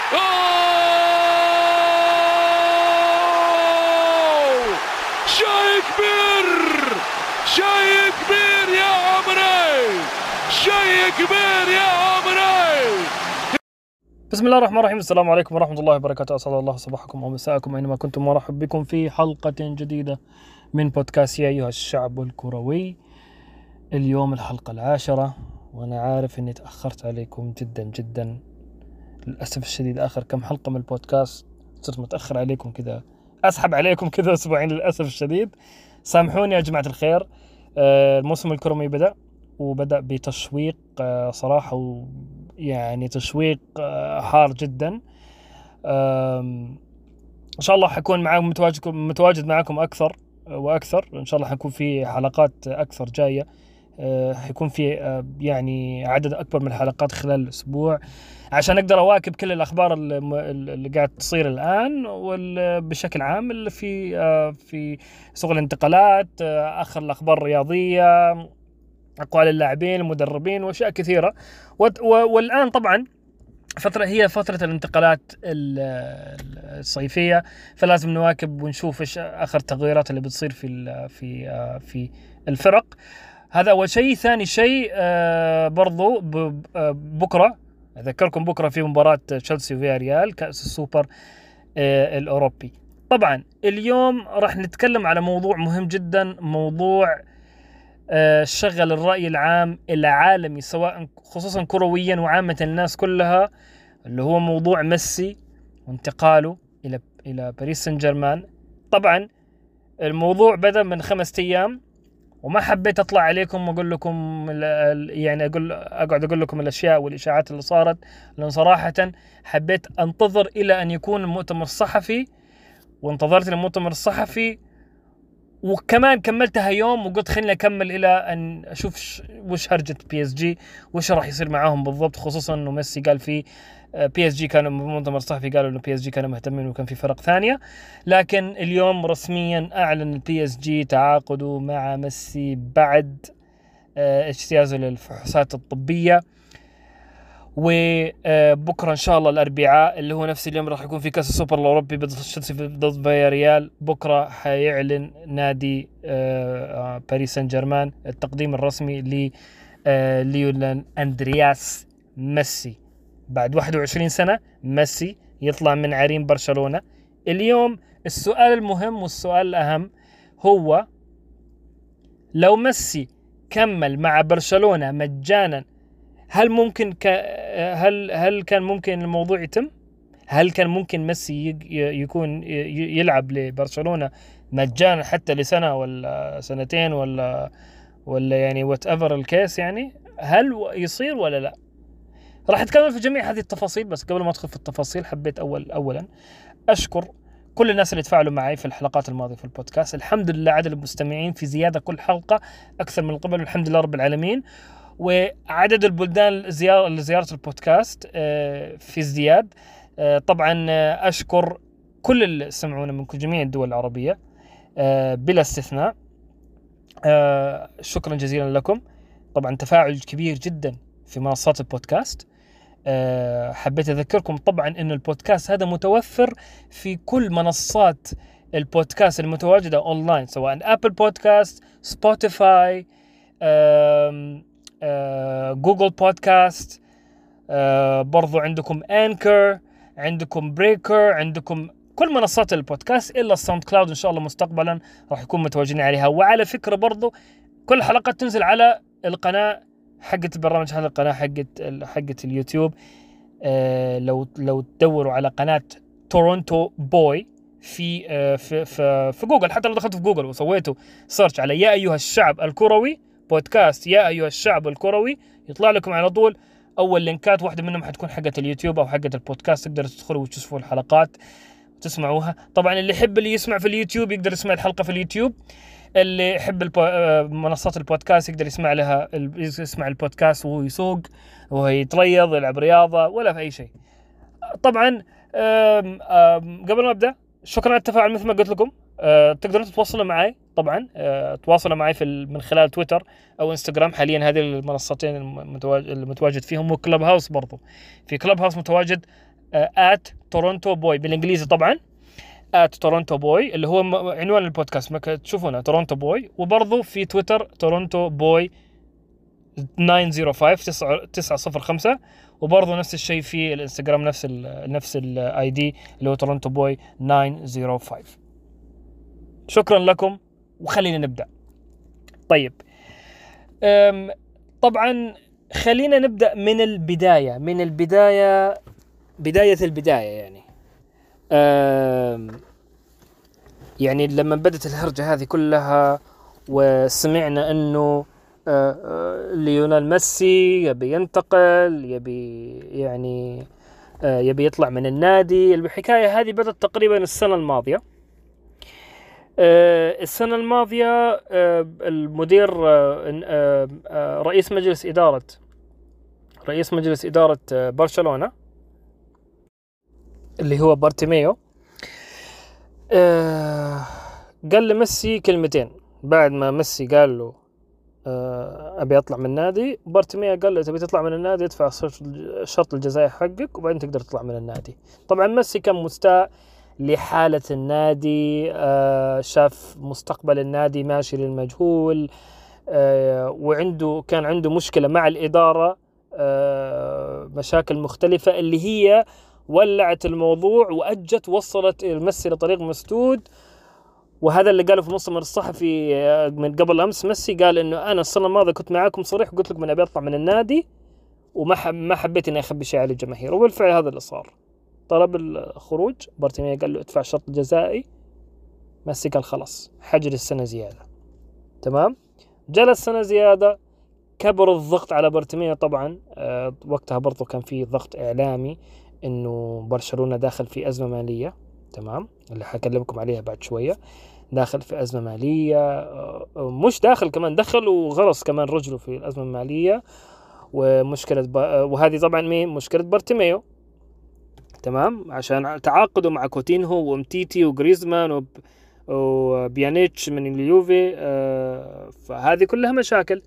أوه! شيء كبير، شيء كبير يا عمري، شيء كبير يا عمري. بسم الله الرحمن الرحيم. السلام عليكم ورحمة الله وبركاته. أسعد الله صباحكم ومساءكم أينما كنتم، ورحب بكم في حلقة جديدة من بودكاست يا أيها الشعب الكروي. اليوم الحلقة 10، وأنا عارف أني تأخرت عليكم جدا جدا للأسف الشديد. آخر كم حلقة من البودكاست صرت متأخر عليكم كذا، أسحب عليكم كذا أسبوعين للأسف الشديد. سامحوني يا جماعة الخير. الموسم الكروي بدأ بتشويق صراحة، يعني تشويق حار جدا. إن شاء الله حكون معاكم متواجد معكم أكثر وأكثر. إن شاء الله حنكون في حلقات أكثر جاية، حيكون في يعني عدد أكبر من الحلقات خلال الأسبوع، عشان أقدر أواكب كل الأخبار اللي قاعد تصير الآن بشكل عام اللي في سوق الانتقالات، آخر الأخبار الرياضية، أقوال اللاعبين، المدربين، وأشياء كثيرة. والآن طبعا هي فترة الانتقالات الصيفية، فلازم نواكب ونشوف إيش آخر التغييرات اللي بتصير في الفرق. هذا أول شيء. ثاني شيء برضو بكرة أذكركم، بكرة في مباراة تشيلسي وفياريال كأس السوبر الأوروبي. طبعا اليوم راح نتكلم على موضوع مهم جدا، موضوع شغل الرأي العام العالمي، سواء خصوصا كرويا وعامة الناس كلها، اللي هو موضوع ميسي وانتقاله إلى باريس سان جيرمان. طبعا الموضوع بدأ من 5 أيام، وما حبيت أطلع عليكم وأقول لكم يعني أقعد أقول لكم الأشياء والإشاعات اللي صارت، لأن صراحة حبيت أنتظر إلى أن يكون المؤتمر الصحفي، وانتظرت المؤتمر الصحفي، وكمان كملتها يوم وقلت خليني أكمل إلى أن أشوف وش هرجة بي اس جي، وش راح يصير معاهم بالضبط، خصوصا أنه ميسي قال في بي اس جي كانوا بمؤتمر صحفي قالوا أنه بي اس جي كانوا مهتمين وكان في فرق ثانية. لكن اليوم رسميا أعلن البي اس جي تعاقدوا مع ميسي بعد اجتيازه للفحوصات الطبية. وبكرة إن شاء الله الأربعاء اللي هو نفس اليوم راح يكون في كأس السوبر الأوروبي ضد فياريال. بكرة حيعلن نادي باريس سان جيرمان التقديم الرسمي ليونيل أندرياس ميسي. بعد 21 سنة ميسي يطلع من عرين برشلونة. اليوم السؤال المهم والسؤال الأهم هو، لو ميسي كمل مع برشلونة مجانا، هل ممكن هل كان ممكن الموضوع يتم؟ هل كان ممكن ميسي يكون يلعب لبرشلونة مجانا حتى لسنة ولا سنتين ولا يعني whatever الكيس، يعني هل يصير ولا لا؟ راح أتكلم في جميع هذه التفاصيل، بس قبل ما أدخل في التفاصيل حبيت أولا أشكر كل الناس اللي تفاعلوا معي في الحلقات الماضية في البودكاست. الحمد لله عدد المستمعين في زيادة كل حلقة أكثر من قبل، والحمد لله رب العالمين. وعدد البلدان لزيارة البودكاست في ازدياد. طبعا أشكر كل اللي سمعونا من جميع الدول العربية بلا استثناء. شكرا جزيلا لكم. طبعا تفاعل كبير جدا في منصات البودكاست. حبيت أذكركم طبعا أن البودكاست هذا متوفر في كل منصات البودكاست المتواجدة أونلاين، سواء أبل بودكاست، سبوتيفاي، جوجل بودكاست، برضو عندكم أنكر، عندكم بريكر، عندكم كل منصات البودكاست إلا الساوند كلاود. إن شاء الله مستقبلا راح يكون متواجدين عليها. وعلى فكرة برضو كل حلقة تنزل على القناة حقت البرنامج، على القناة حقت اليوتيوب. لو تدوروا على قناة تورونتو بوي في جوجل، حتى لو دخلتوا في جوجل وسويتوا سيرش على يا أيها الشعب الكروي بودكاست يا أيها الشعب الكروي، يطلع لكم على طول أول لينكات، واحدة منهم حتكون حقة اليوتيوب أو حقة البودكاست، تقدروا تدخلوا وتشوفوا الحلقات وتسمعوها. طبعا اللي يسمع في اليوتيوب يقدر يسمع الحلقة في اليوتيوب، اللي يحب منصات البودكاست يقدر يسمع البودكاست وهو يسوق وهو يتريض، يلعب رياضة ولا في أي شيء. طبعا قبل ما أبدأ، شكرا على التفاعل. مثل ما قلت لكم تقدروا تتواصلوا معي طبعا، تواصلوا معي من خلال تويتر أو إنستغرام. حاليا هذه المنصتين المتواجد فيهم، وكلب هاوس برضو. في كلب هاوس متواجد @TorontoBoy بالانجليزي طبعا @TorontoBoy اللي هو عنوان البودكاست ما تشوفونه TorontoBoy. وبرضو في تويتر TorontoBoy 905 وبرضو نفس الشيء في الانستغرام نفس الاي دي اللي هو TorontoBoy 905. شكرا لكم وخلينا نبدأ. طيب طبعا خلينا نبدأ من البداية بداية البداية يعني لما بدت الهرجة هذه كلها وسمعنا انه ليونيل ميسي يبي ينتقل يبي يطلع من النادي. الحكاية هذه بدت تقريبا السنة الماضية. المدير رئيس مجلس إدارة برشلونة اللي هو بارتيميو قال لميسي كلمتين بعد ما ميسي قال له أبي أطلع من النادي. بارتيميو قال له تبي تطلع من النادي ادفع الشرط الجزائي حقك وبعدين تقدر تطلع من النادي. طبعا ميسي كان مستاء لحالة النادي، شاف مستقبل النادي ماشي للمجهول، كان عنده مشكلة مع الإدارة، مشاكل مختلفة اللي هي ولعت الموضوع وصلت ميسي لطريق مسدود. وهذا اللي قاله في المؤتمر الصحفي من قبل أمس. ميسي قال إنه أنا السنة الماضية كنت معاكم صريح وقلت لكم أنا أبي أطلع من النادي وما حبيت إني أخبي شيء على الجماهير، وبالفعل هذا اللي صار. طلب الخروج، بارتيميو قال له ادفع الشرط الجزائي. ميسي قال خلاص حجر السنة زيادة. تمام، جلس سنة زيادة، كبر الضغط على بارتيميو طبعا. وقتها برضو كان في ضغط إعلامي إنه برشلونة داخل في أزمة مالية، تمام، اللي حكلمكم عليها بعد شوية. داخل في أزمة مالية، مش داخل كمان دخل وغرس كمان رجله في الأزمة المالية ومشكلة وهذه طبعا مشكلة بارتيميو، تمام، عشان تعاقدوا مع كوتينهو ومتيتي وغريزمان وبيانيتش من اليوفي. فهذه كلها مشاكل.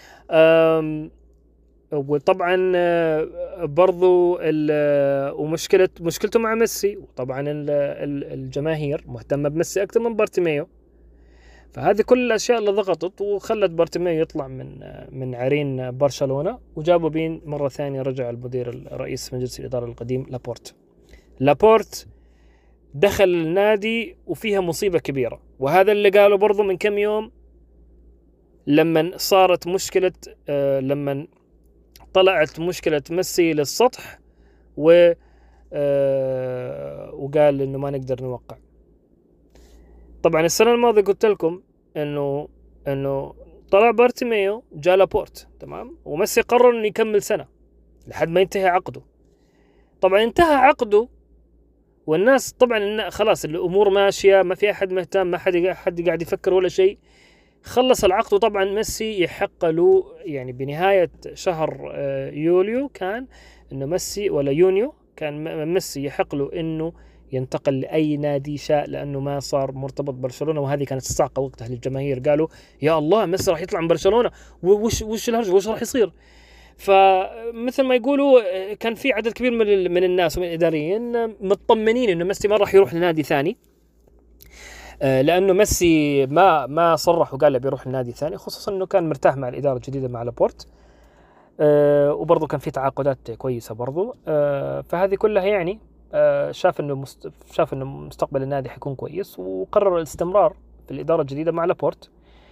وطبعا برضو مشكلته مع ميسي، وطبعا الجماهير مهتمة بميسي أكثر من بارتيميو. فهذه كل الأشياء اللي ضغطت وخلت بارتيميو يطلع من عرين برشلونة، وجابوا بين مرة ثانية رجع رئيس مجلس الإدارة القديم لابورت دخل النادي وفيها مصيبة كبيرة. وهذا اللي قاله برضو من كم يوم لما صارت مشكلة، لما طلعت مشكلة ميسي للسطح وقال إنه ما نقدر نوقع. طبعا السنة الماضية قلت لكم إنه طلع بارتيميو جاء لابورت، تمام، وميسي قرر إنه يكمل سنة لحد ما ينتهي عقده. طبعا انتهى عقده والناس طبعا خلاص الأمور ماشية، ما في أحد مهتم، ما حد قاعد يفكر ولا شيء. خلص العقد، وطبعا ميسي يحق له بنهاية شهر يوليو كان إنه ميسي ولا يونيو كان ميسي يحق له إنه ينتقل لأي نادي شاء، لأنه ما صار مرتبط برشلونة. وهذه كانت الصاعقة وقتها للجماهير، قالوا يا الله ميسي راح يطلع من برشلونة، وش الهرج، وش راح يصير. فمثل ما يقولوا كان في عدد كبير من الناس ومن الإداريين مطمنين إنه ميسي ما راح يروح لنادي ثاني، لأنه ميسي ما صرح وقال بيروح لنادي ثاني، خصوصا إنه كان مرتاح مع الإدارة الجديدة مع لابورت، وبرضه كان في تعاقدات كويسة برضه. فهذه كلها شاف إنه مستقبل النادي حيكون كويس، وقرر الاستمرار في الإدارة الجديدة مع لابورت.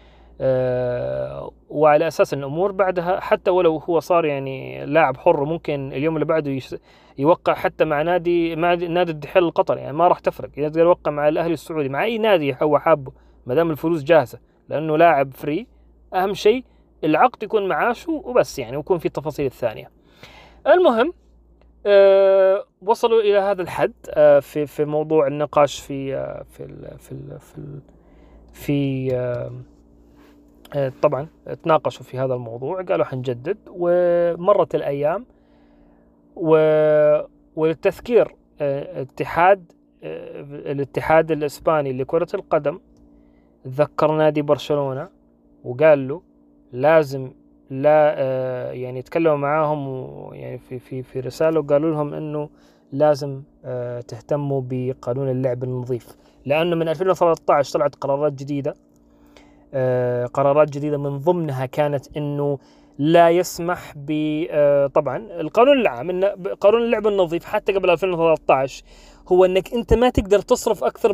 وعلى أساس أن الأمور بعدها حتى ولو هو صار لاعب حر، ممكن اليوم اللي بعده يوقع حتى مع نادي الدحيل القطري، ما راح تفرق، يقدر يوقع مع الأهلي السعودي، مع أي نادي هو حابه ما دام الفلوس جاهزة، لأنه لاعب فري. أهم شيء العقد يكون معاشه وبس، ويكون في التفاصيل الثانية. المهم وصلوا إلى هذا الحد في موضوع النقاش في طبعا تناقشوا في هذا الموضوع، قالوا حنجدد. ومرت الأيام والتذكير الاتحاد الإسباني لكرة القدم ذكر نادي برشلونة وقال له لازم لا تكلموا معاهم، في رسالة وقالوا لهم إنه لازم تهتموا بقانون اللعب النظيف، لأنه من 2013 طلعت قرارات جديدة من ضمنها كانت إنه لا يسمح طبعا القانون العام، إن قانون اللعب النظيف حتى قبل 2013 هو إنك أنت ما تقدر تصرف أكثر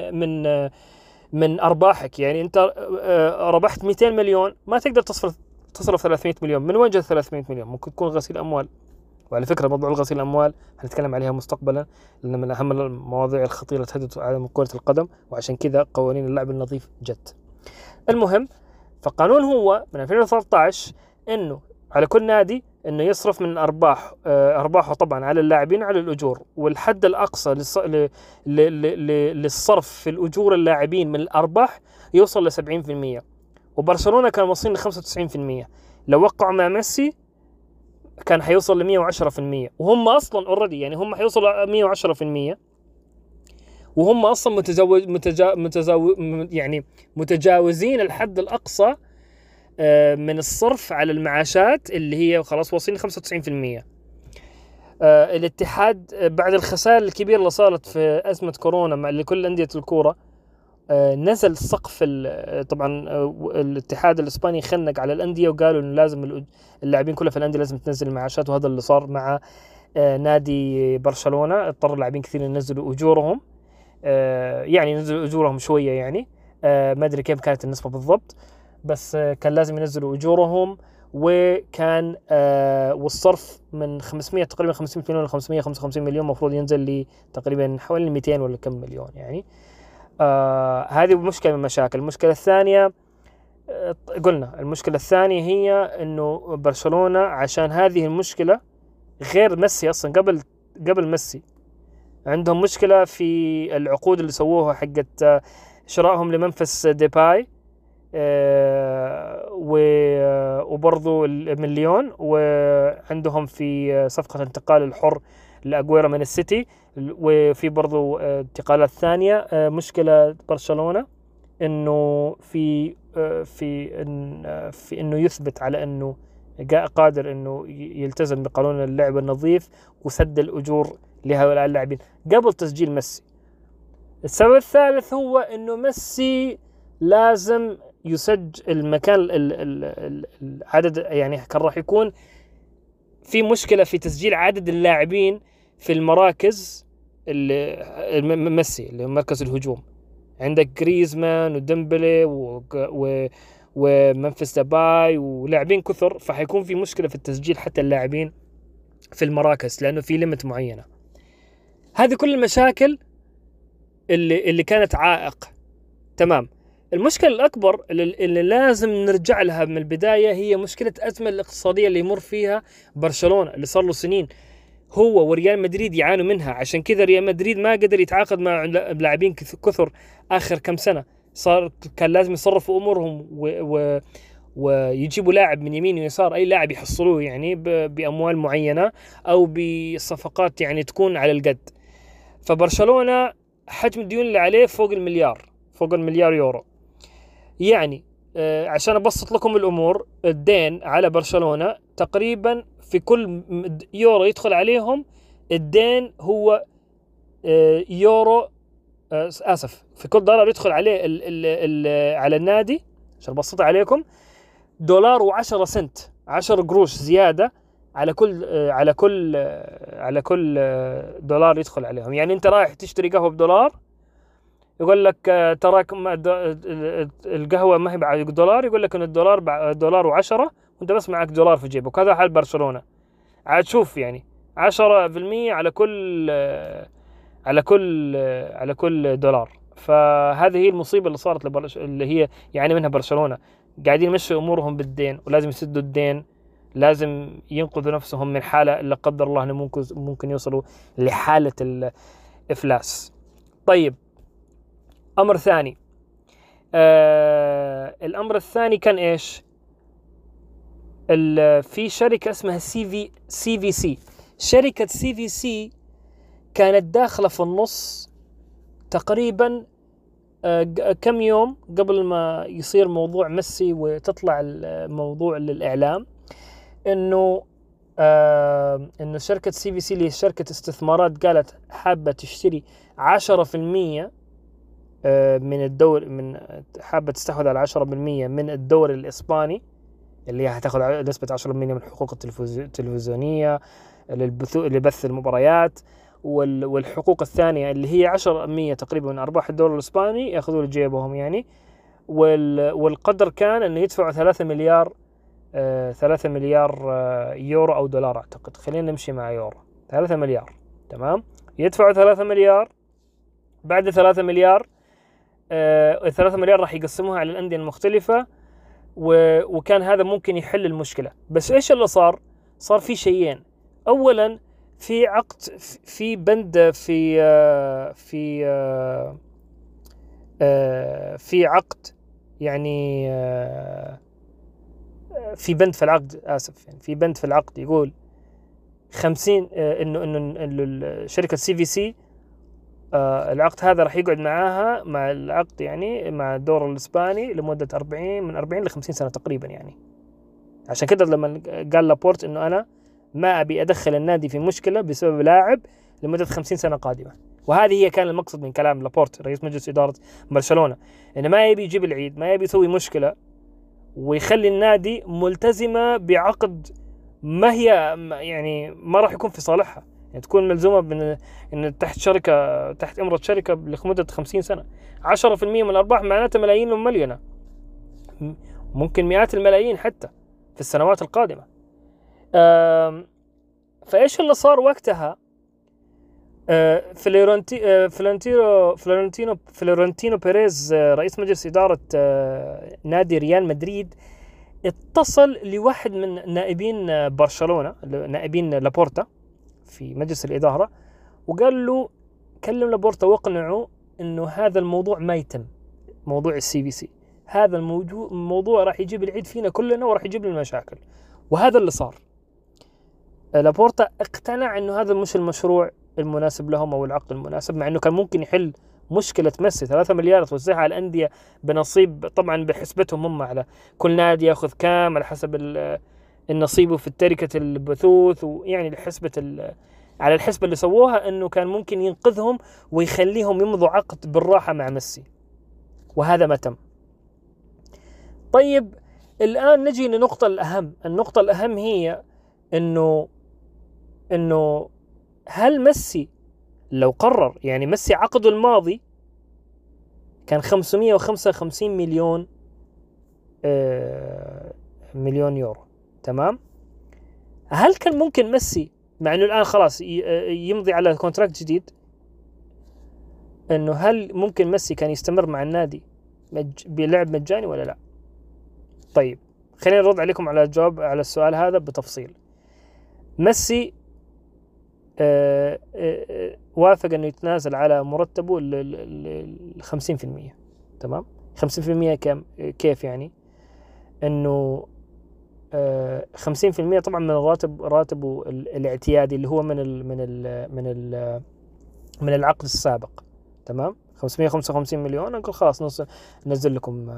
من أرباحك. يعني أنت ربحت 200 مليون ما تقدر تصرف 300 مليون. من وين جت 300 مليون؟ ممكن تكون غسيل أموال. وعلى فكرة موضوع الغسيل الأموال هنتكلم عليها مستقبلا، لأن من أهم المواضيع الخطيرة تهدد عالم كرة القدم، وعشان كذا قوانين اللعب النظيف جت. المهم، فقانون هو من 2013 إنه على كل نادي إنه يصرف من أرباحه طبعا على اللاعبين على الأجور، والحد الأقصى للصرف في الأجور اللاعبين من الأرباح يوصل ل 70%. وبرشلونة كان واصلين ل 95%. لو وقعوا مع ميسي كان حيوصل ل 110%، وهم أصلا اوريدي يعني هم حيوصلوا 110%، وهم أصلا يعني متجاوزين الحد الأقصى من الصرف على المعاشات اللي هي خلاص واصلين 95%. الاتحاد بعد الخسائر الكبيرة اللي صارت في أزمة كورونا لكل أندية الكورة نزل سقف طبعا الاتحاد الإسباني خنق على الأندية وقالوا إنه لازم اللاعبين كلها في الأندية لازم تنزل المعاشات، وهذا اللي صار مع نادي برشلونة. اضطر اللاعبين كثير ينزلوا أجورهم، يعني ينزلوا أجورهم شوية، يعني ما أدري كيف كانت النسبة بالضبط، بس كان لازم ينزلوا أجورهم. وكان والصرف من 500 تقريبا 500 مليون ل 555 مليون مفروض ينزل لي تقريبا حوالي 200 ولا كم مليون يعني. هذه مشكلة من المشاكل. المشكلة الثانية قلنا المشكلة الثانية هي إنه برشلونة عشان هذه المشكلة غير ميسي أصلا قبل ميسي عندهم مشكلة في العقود اللي سووها حقت شرائهم لمنفس ديباي وبرضو المليون، وعندهم في صفقة انتقال الحر لأجويرو من السيتي، وفي برضو انتقالات ثانية. مشكلة برشلونة إنه في إنه يثبت على إنه قادر إنه يلتزم بقانون اللعب النظيف وسد الأجور لهؤلاء اللاعبين قبل تسجيل ميسي. السبب الثالث هو إنه ميسي لازم يسجل المكان العدد، يعني كان راح يكون في مشكلة في تسجيل عدد اللاعبين في المراكز ميسي اللي مركز الهجوم. عندك غريزمان وديمبلي ومنفس ديباي ولاعبين كثر، فحيكون في مشكلة في التسجيل حتى اللاعبين في المراكز لأنه في ليمت معينة. هذه كل المشاكل اللي كانت عائق. تمام. المشكلة الأكبر اللي لازم نرجع لها من البداية هي مشكلة الأزمة الاقتصادية اللي يمر فيها برشلونة، اللي صار له سنين هو وريال مدريد يعانوا منها. عشان كذا ريال مدريد ما قدر يتعاقد مع لاعبين كثر آخر كم سنة. كان لازم يصرفوا أمورهم ويجيبوا لاعب من يمين ويسار، أي لاعب يحصلوه يعني بأموال معينة أو بصفقات يعني تكون على القد. فبرشلونة حجم الديون اللي عليه فوق المليار يورو. يعني عشان أبسط لكم الأمور، الدين على برشلونة تقريبا في كل يورو يدخل عليهم الدين هو يورو في كل دولار يدخل عليه على النادي، عشان أبسط عليكم، $1.10 سنت، 10 قروش زيادة على كل دولار يدخل عليهم. يعني أنت رايح تشتري قهوة $1 يقول لك تراك القهوة ما هي $1، يقول لك إن $1.10 وأنت بس معك $1 في جيبك. هذا حال برشلونة. عاد شوف يعني 10% على كل دولار. فهذه هي المصيبة اللي صارت اللي هي يعني منها برشلونة. قاعدين يمشوا أمورهم بالدين، ولازم يسدوا الدين، لازم ينقذوا نفسهم من حالة لا قدر الله إنه ممكن يوصلوا لحالة الإفلاس. طيب، أمر ثاني. الأمر الثاني كان إيش؟ في شركة اسمها CVC. شركة CVC كانت داخلة في النص تقريبا كم يوم قبل ما يصير موضوع ميسي وتطلع الموضوع للإعلام، إنه إنه شركة CVC اللي هي شركة استثمارات قالت حابة تشتري 10% من الدور، من حابة تستحوذ على 10% من الدوري الإسباني، اللي هي هتاخذ نسبة 10% من الحقوق التلفزيونية لبث المباريات، والحقوق الثانية اللي هي 10% تقريبا من أرباح الدوري الإسباني يأخذوا لجيبهم يعني. والقدر كان أنه يدفعوا 3 مليار يورو أو دولار أعتقد، خلينا نمشي مع يورو. 3 مليار تمام، يدفعوا 3 مليار. بعد 3 مليار 3 مليار راح يقسموها على الأندية المختلفة، وكان هذا ممكن يحل المشكلة. بس إيش اللي صار في شيئين. أولا في عقد، في بند في عقد يعني في بند في العقد، آسف يعني في بند في العقد يقول 50 إنه شركة CVC العقد هذا راح يقعد معاها مع العقد يعني مع الدور الإسباني لمدة 40 ل 50 سنة تقريبا يعني. عشان كده لما قال لابورت إنه أنا ما أبي أدخل النادي في مشكلة بسبب لاعب لمدة 50 سنة قادمة. وهذه هي كان المقصد من كلام لابورت رئيس مجلس إدارة برشلونة، إنه ما يبي يجيب العيد، ما يبي يسوي مشكلة ويخلي النادي ملتزمة بعقد ما هي يعني ما راح يكون في صالحها، يعني تكون ملزومة إن تحت شركة، تحت إمرة شركة لمدة 50 سنة. 10% من الأرباح معناته ملايين ومليونة، ممكن مئات الملايين حتى في السنوات القادمة. فإيش اللي صار وقتها؟ فلورنتينو بيريز رئيس مجلس إدارة نادي ريال مدريد اتصل لواحد من نائبين برشلونة، نائبين لابورتا في مجلس الإدارة، وقال له كلم لابورتا واقنعه إنه هذا الموضوع ما يتم، موضوع CVC هذا الموضوع راح يجيب العيد فينا كلنا وراح يجيب لنا مشاكل. وهذا اللي صار. لابورتا اقتنع إنه هذا مش المشروع المناسب لهم أو العقد المناسب، مع إنه كان ممكن يحل مشكلة ميسي. 3 مليار توزعها على الأندية بنصيب، طبعا بحسبتهم هم على كل نادي يأخذ كام على حسب النصيب في التركة البثوث، ويعني على الحسبة اللي سووها إنه كان ممكن ينقذهم ويخليهم يمضوا عقد بالراحة مع ميسي، وهذا ما تم. طيب الآن نجي للنقطة الأهم. النقطة الأهم هي إنه هل ميسي لو قرر، يعني ميسي عقده الماضي كان 555 مليون يورو تمام. هل كان ممكن ميسي مع انه الان خلاص يمضي على كونتراكت جديد، انه هل ممكن ميسي كان يستمر مع النادي بلعب مجاني ولا لا؟ طيب خلينا نرد عليكم على الجواب على السؤال هذا بتفصيل. ميسي وافق انه يتنازل على مرتبه 50%. تمام. 50% كيف يعني؟ انه 50% طبعا من راتبه الاعتيادي اللي هو من العقد السابق. تمام. 555 مليون نقول خلاص ننزل لكم،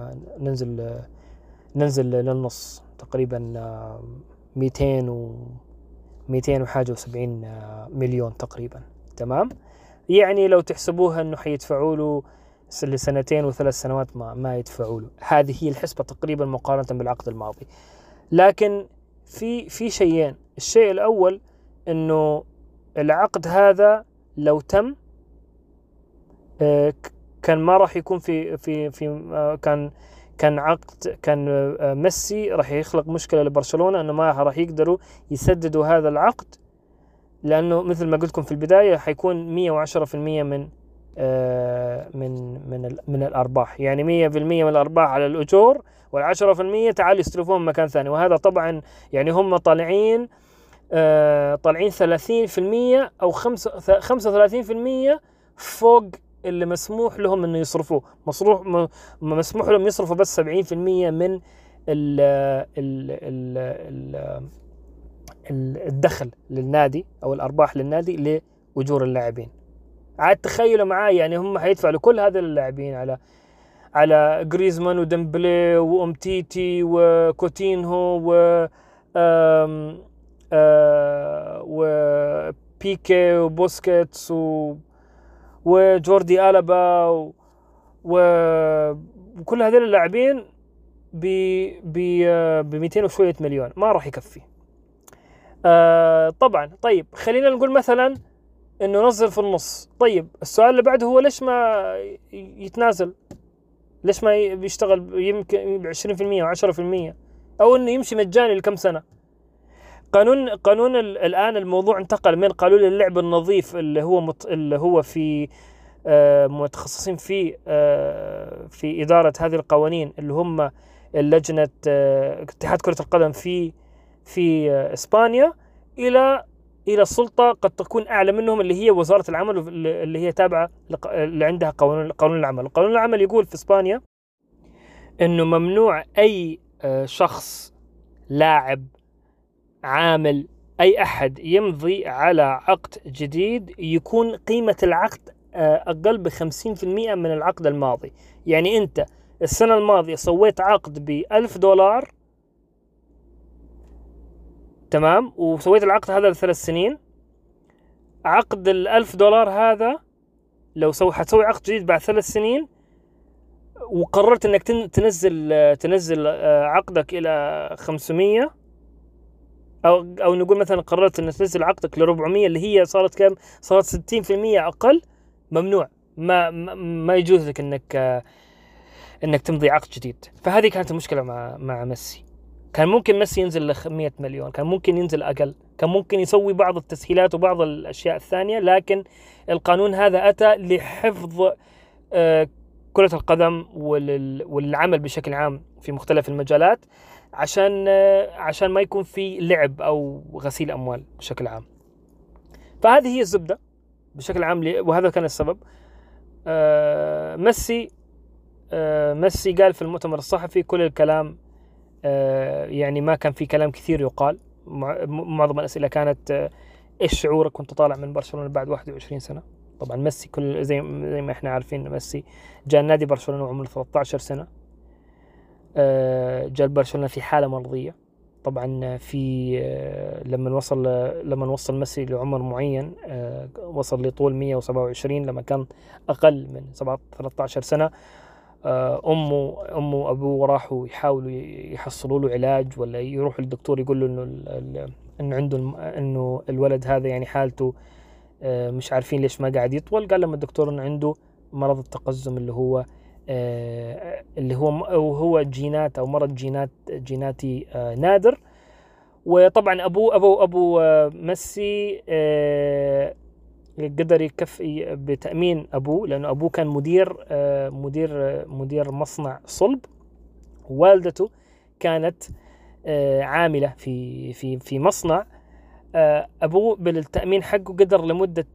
ننزل للنص تقريبا 200 وحاجة و70 مليون تقريبا. تمام. يعني لو تحسبوها انه حيدفعوا له لسنتين وثلاث سنوات ما يدفعوا له. هذه هي الحسبة تقريبا مقارنة بالعقد الماضي. لكن في شيئين. الشيء الأول إنه العقد هذا لو تم كان ما راح يكون كان عقد، كان ميسي راح يخلق مشكلة لبرشلونة انه ما راح يقدروا يسددوا هذا العقد، لانه مثل ما قلت لكم في البداية حيكون 110% من الارباح، يعني 100% من الارباح على الاجور، وال10% تعالوا يستلفون من مكان ثاني. وهذا طبعا يعني هم طالعين 30% او 35% فوق اللي مسموح لهم انه يصرفوه. مسموح لهم يصرفوا بس 70% من الدخل للنادي او الارباح للنادي لاجور اللاعبين. عاد تخيلوا معاي، يعني هم حيدفعوا لكل هذا اللاعبين على غريزمان وديمبلي وأمتيتي وكوتينهو وبيكي وبوسكيتس وجوردي ألابا وكل هذول اللاعبين ب 200 وشوية مليون، ما راح يكفي. طبعا. طيب خلينا نقول مثلا انه نزل في النص. طيب السؤال اللي بعده هو ليش ما يتنازل؟ ليش ما بيشتغل يمكن 20% أو 10%، او انه يمشي مجاني لكم سنة؟ قانون الآن الموضوع انتقل من قانون اللعب النظيف اللي هو في متخصصين في إدارة هذه القوانين، اللي هم لجنة اتحاد كرة القدم في إسبانيا، إلى سلطة قد تكون أعلى منهم، اللي هي وزارة العمل، اللي هي تابعة اللي عندها قانون العمل. قانون العمل يقول في إسبانيا إنه ممنوع أي شخص، لاعب، عامل، أي أحد يمضي على عقد جديد يكون قيمة العقد أقل ب50% من العقد الماضي. يعني أنت السنة الماضية سويت عقد ب$1000، تمام، وسويت العقد هذا ل3 سنين. عقد $1000 هذا لو حتسوي عقد جديد بعد 3 سنين، وقررت انك تنزل عقدك الى 500، او نقول مثلا قررت انك تنزل عقدك ل400، اللي هي صارت كم؟ صارت 60% اقل. ممنوع، ما يجوز لك انك تمضي عقد جديد. فهذه كانت المشكلة مع ميسي. كان ممكن ميسي ينزل ل100 مليون، كان ممكن ينزل أقل، كان ممكن يسوي بعض التسهيلات وبعض الأشياء الثانية، لكن القانون هذا أتى لحفظ كرة القدم والعمل بشكل عام في مختلف المجالات، عشان ما يكون في لعب أو غسيل أموال بشكل عام. فهذه هي الزبدة بشكل عام، وهذا كان السبب. ميسي قال في المؤتمر الصحفي كل الكلام، يعني ما كان في كلام كثير يقال. معظم الأسئلة كانت إيش شعورك كنت طالع من برشلونة بعد 21 سنة؟ طبعا ميسي زي ما إحنا عارفين، ميسي جاء نادي برشلونة وعمره 13 سنة. جاء برشلونة في حالة مرضية. طبعا لما وصل ميسي لعمر معين، وصل لطول 127 لما كان أقل من 13 سنة. أمه وأبوه راحوا يحاولوا يحصلوا له علاج، ولا يروح للدكتور يقول له إنه الولد هذا يعني حالته مش عارفين ليش ما قاعد يطول. قال لما الدكتور إنه عنده مرض التقزم، اللي هو جينات أو مرض جيناتي نادر. وطبعا أبو ميسي قدر يكفي بتأمين أبوه، لأنه أبوه كان مدير مصنع صلب، ووالدته كانت عاملة في مصنع. أبوه بالتأمين حقه قدر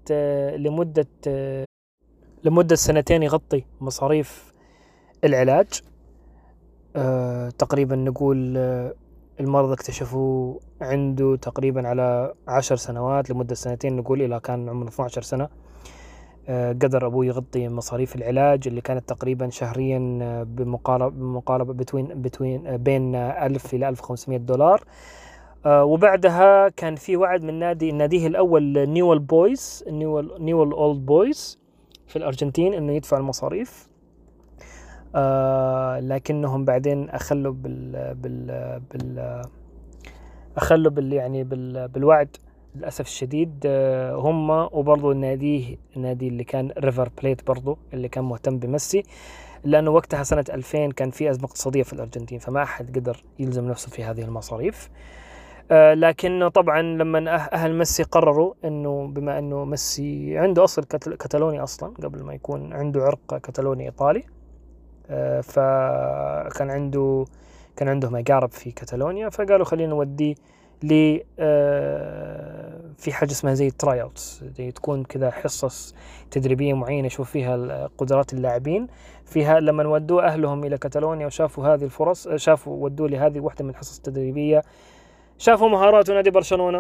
لمدة 2 يغطي مصاريف العلاج. تقريبا نقول المرض اكتشفوه عنده تقريبا على 10 سنوات، لمدة 2 نقول إلى كان عمره 12 سنة. قدر أبوه يغطي مصاريف العلاج اللي كانت تقريبا شهريا بمقاربة بين 1000 إلى $1500. وبعدها كان في وعد من ناديه الأول نيول أولد بويز في الأرجنتين إنه يدفع المصاريف، لكنهم بعدين أخلوا بالوعد للأسف الشديد. هم وبرضو النادي اللي كان ريفر بليت برضو اللي كان مهتم بميسي، لأنه وقتها سنة 2000 كان في أزمة اقتصادية في الأرجنتين، فما أحد قدر يلزم نفسه في هذه المصاريف. لكن طبعا لما أهل ميسي قرروا إنه بما إنه ميسي عنده أصل كتالوني أصلا قبل ما يكون عنده عرق كتالوني إيطالي، فكان عندهم أقارب في كتالونيا، فقالوا خلينا نوديه في حاجة اسمها زي تراي اوتس، تكون كذا حصص تدريبية معينة يشوف فيها قدرات اللاعبين فيها. لما ودوا أهلهم إلى كتالونيا وشافوا هذه الفرص، ودوا لهذه واحدة من الحصص التدريبية، شافوا مهارات نادي برشلونة،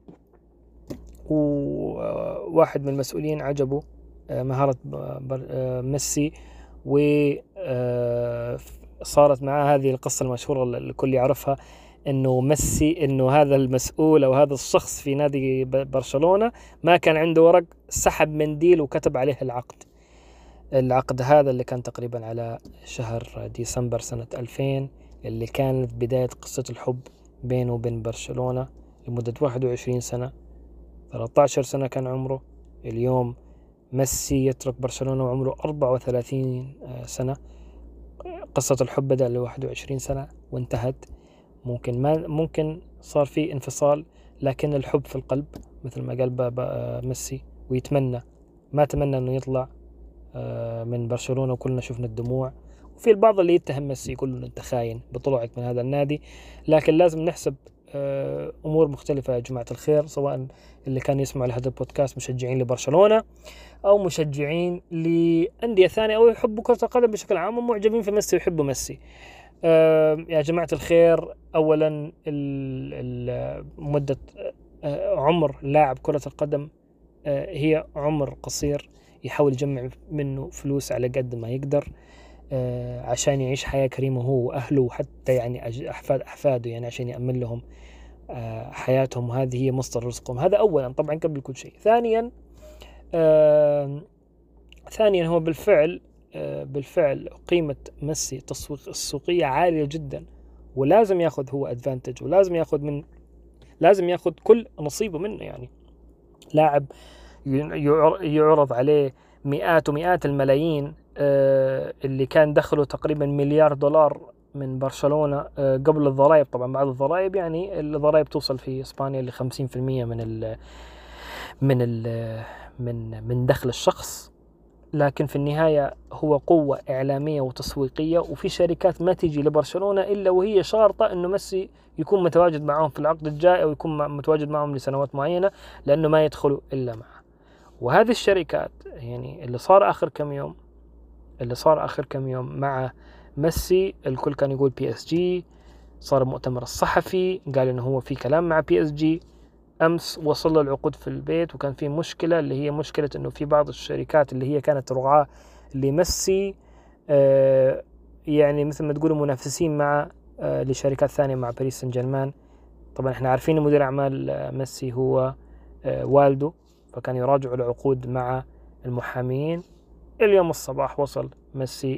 وواحد من المسؤولين عجبه مهارة ميسي، وصارت معه هذه القصة المشهورة الكل يعرفها، انه ميسي، انه هذا المسؤول او هذا الشخص في نادي برشلونة ما كان عنده ورق، سحب منديل وكتب عليه العقد هذا اللي كان تقريبا على شهر ديسمبر سنة 2000، اللي كانت بداية قصة الحب بينه وبين برشلونة لمدة 21 سنة. 13 سنة كان عمره. اليوم ميسي يترك برشلونة وعمره 34 سنة. قصة الحب بدأ ل 21 سنة وانتهت. ممكن صار في انفصال، لكن الحب في القلب مثل ما قال ميسي. ويتمنى، ما تمنى انه يطلع من برشلونة وكلنا شفنا الدموع. وفي البعض اللي يتهم ميسي يقول له انت خاين بطلوعك من هذا النادي، لكن لازم نحسب امور مختلفة يا جماعة الخير، سواء اللي كان يسمع لهذا البودكاست مشجعين لبرشلونة او مشجعين لأندية ثانية او يحبوا كرة القدم بشكل عام ومعجبين في ميسي ويحبوا ميسي. يا جماعة الخير، اولا مدة عمر لاعب كرة القدم هي عمر قصير، يحاول يجمع منه فلوس على قد ما يقدر عشان يعيش حياة كريمة هو وأهله، وحتى يعني أحفاده، يعني عشان يأمن لهم حياتهم، وهذه هي مصدر رزقهم. هذا أولا طبعا قبل كل شيء. ثانيا هو بالفعل قيمة ميسي السوقية عالية جدا، ولازم ياخذ هو أدفانتج، ولازم ياخذ كل نصيبه منه. يعني لاعب يعرض عليه مئات ومئات الملايين، اللي كان دخله تقريبا مليار دولار من برشلونة قبل الضرائب. طبعا بعد الضرائب يعني الضرائب توصل في إسبانيا ل 50% من دخل الشخص، لكن في النهاية هو قوة إعلامية وتسويقية. وفي شركات ما تيجي لبرشلونة إلا وهي شارطة إنه ميسي يكون متواجد معهم في العقد الجاي، أو يكون متواجد معهم لسنوات معينة، لأنه ما يدخلوا إلا معه. وهذه الشركات يعني اللي صار آخر كم يوم مع ميسي، الكل كان يقول PSG. صار المؤتمر الصحفي قال إنه هو في كلام مع PSG. أمس وصل له العقود في البيت، وكان في مشكلة اللي هي مشكلة إنه في بعض الشركات اللي هي كانت رعاة لميسي يعني مثل ما تقولوا منافسين مع لشركات ثانية مع باريس سان جيرمان. طبعا احنا عارفين مدير أعمال ميسي هو والده، فكان يراجع العقود مع المحامين. اليوم الصباح وصل ميسي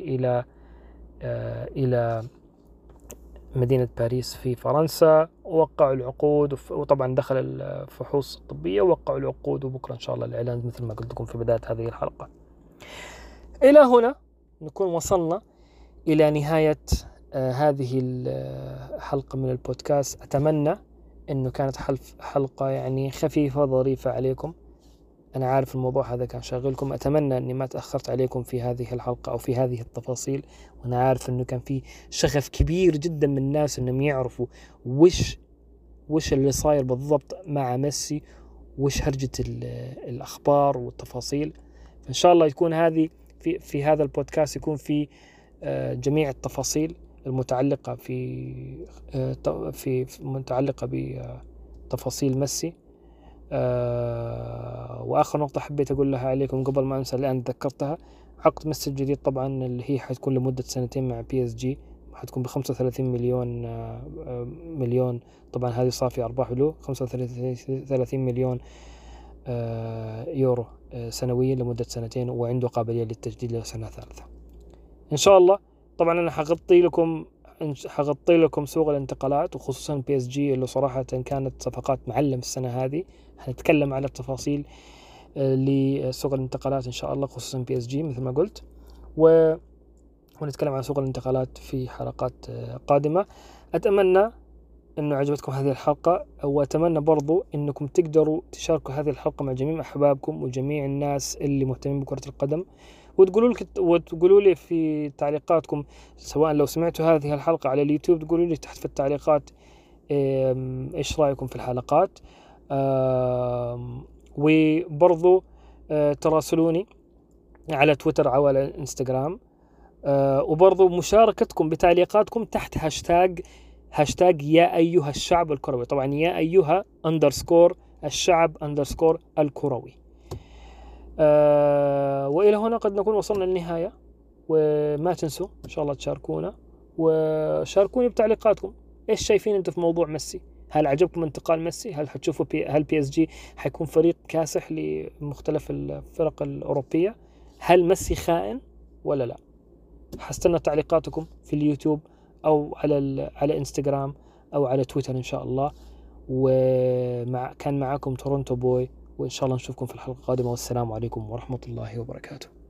إلى مدينة باريس في فرنسا، ووقعوا العقود، وطبعا دخل الفحوص الطبية ووقعوا العقود، وبكرة إن شاء الله الإعلان مثل ما قلت لكم في بداية هذه الحلقة. إلى هنا نكون وصلنا إلى نهاية هذه الحلقة من البودكاست. أتمنى أنه كانت حلقة يعني خفيفة ظريفة عليكم. أنا عارف الموضوع هذا كان شاغلكم، أتمنى أني ما تأخرت عليكم في هذه الحلقة أو في هذه التفاصيل. وأنا عارف أنه كان في شغف كبير جدا من الناس أنهم يعرفوا وش اللي صاير بالضبط مع ميسي، وش هرجة الأخبار والتفاصيل. فإن شاء الله يكون في هذا البودكاست يكون في جميع التفاصيل المتعلقة متعلقة بتفاصيل ميسي. وآخر نقطة حبيت أقولها عليكم قبل ما أنسى، الآن تذكرتها. عقد ميسي الجديد طبعا اللي هي حتكون لمدة 2 مع PSG، حتكون ب35 مليون. طبعا هذه صافي أرباح له 35 مليون يورو سنويا لمدة 2 وعنده قابلية للتجديد لسنة ثالثة إن شاء الله. طبعا أنا حغطي لكم سوق الانتقالات، وخصوصا PSG اللي صراحة كانت صفقات معلم السنة هذه. هنتكلم على التفاصيل لسوق الانتقالات إن شاء الله، خصوصا PSG مثل ما قلت، ونتكلم عن سوق الانتقالات في حلقات قادمة. أتمنى أنه عجبتكم هذه الحلقة، وأتمنى برضو أنكم تقدروا تشاركوا هذه الحلقة مع جميع أحبابكم وجميع الناس اللي مهتمين بكرة القدم، وتقولوا لي في تعليقاتكم، سواء لو سمعتوا هذه الحلقة على اليوتيوب تقولوا لي تحت في التعليقات إيش رأيكم في الحلقات. وبرضو تراسلوني على تويتر أو على الانستغرام، وبرضو مشاركتكم بتعليقاتكم تحت هاشتاج يا أيها الشعب الكروي. طبعا يا أيها الشعب الكروي. وإلى هنا قد نكون وصلنا للنهاية، وما تنسوا إن شاء الله تشاركونا وشاركوني بتعليقاتكم. إيش شايفين أنتم في موضوع ميسي؟ هل عجبكم انتقال ميسي؟ هل حتشوفوا هل بي اس جي حيكون فريق كاسح لمختلف الفرق الأوروبية؟ هل ميسي خائن ولا لا؟ حستنى تعليقاتكم في اليوتيوب أو على انستغرام أو على تويتر إن شاء الله. كان معاكم تورونتو بوي، وإن شاء الله نشوفكم في الحلقة القادمة، والسلام عليكم ورحمة الله وبركاته.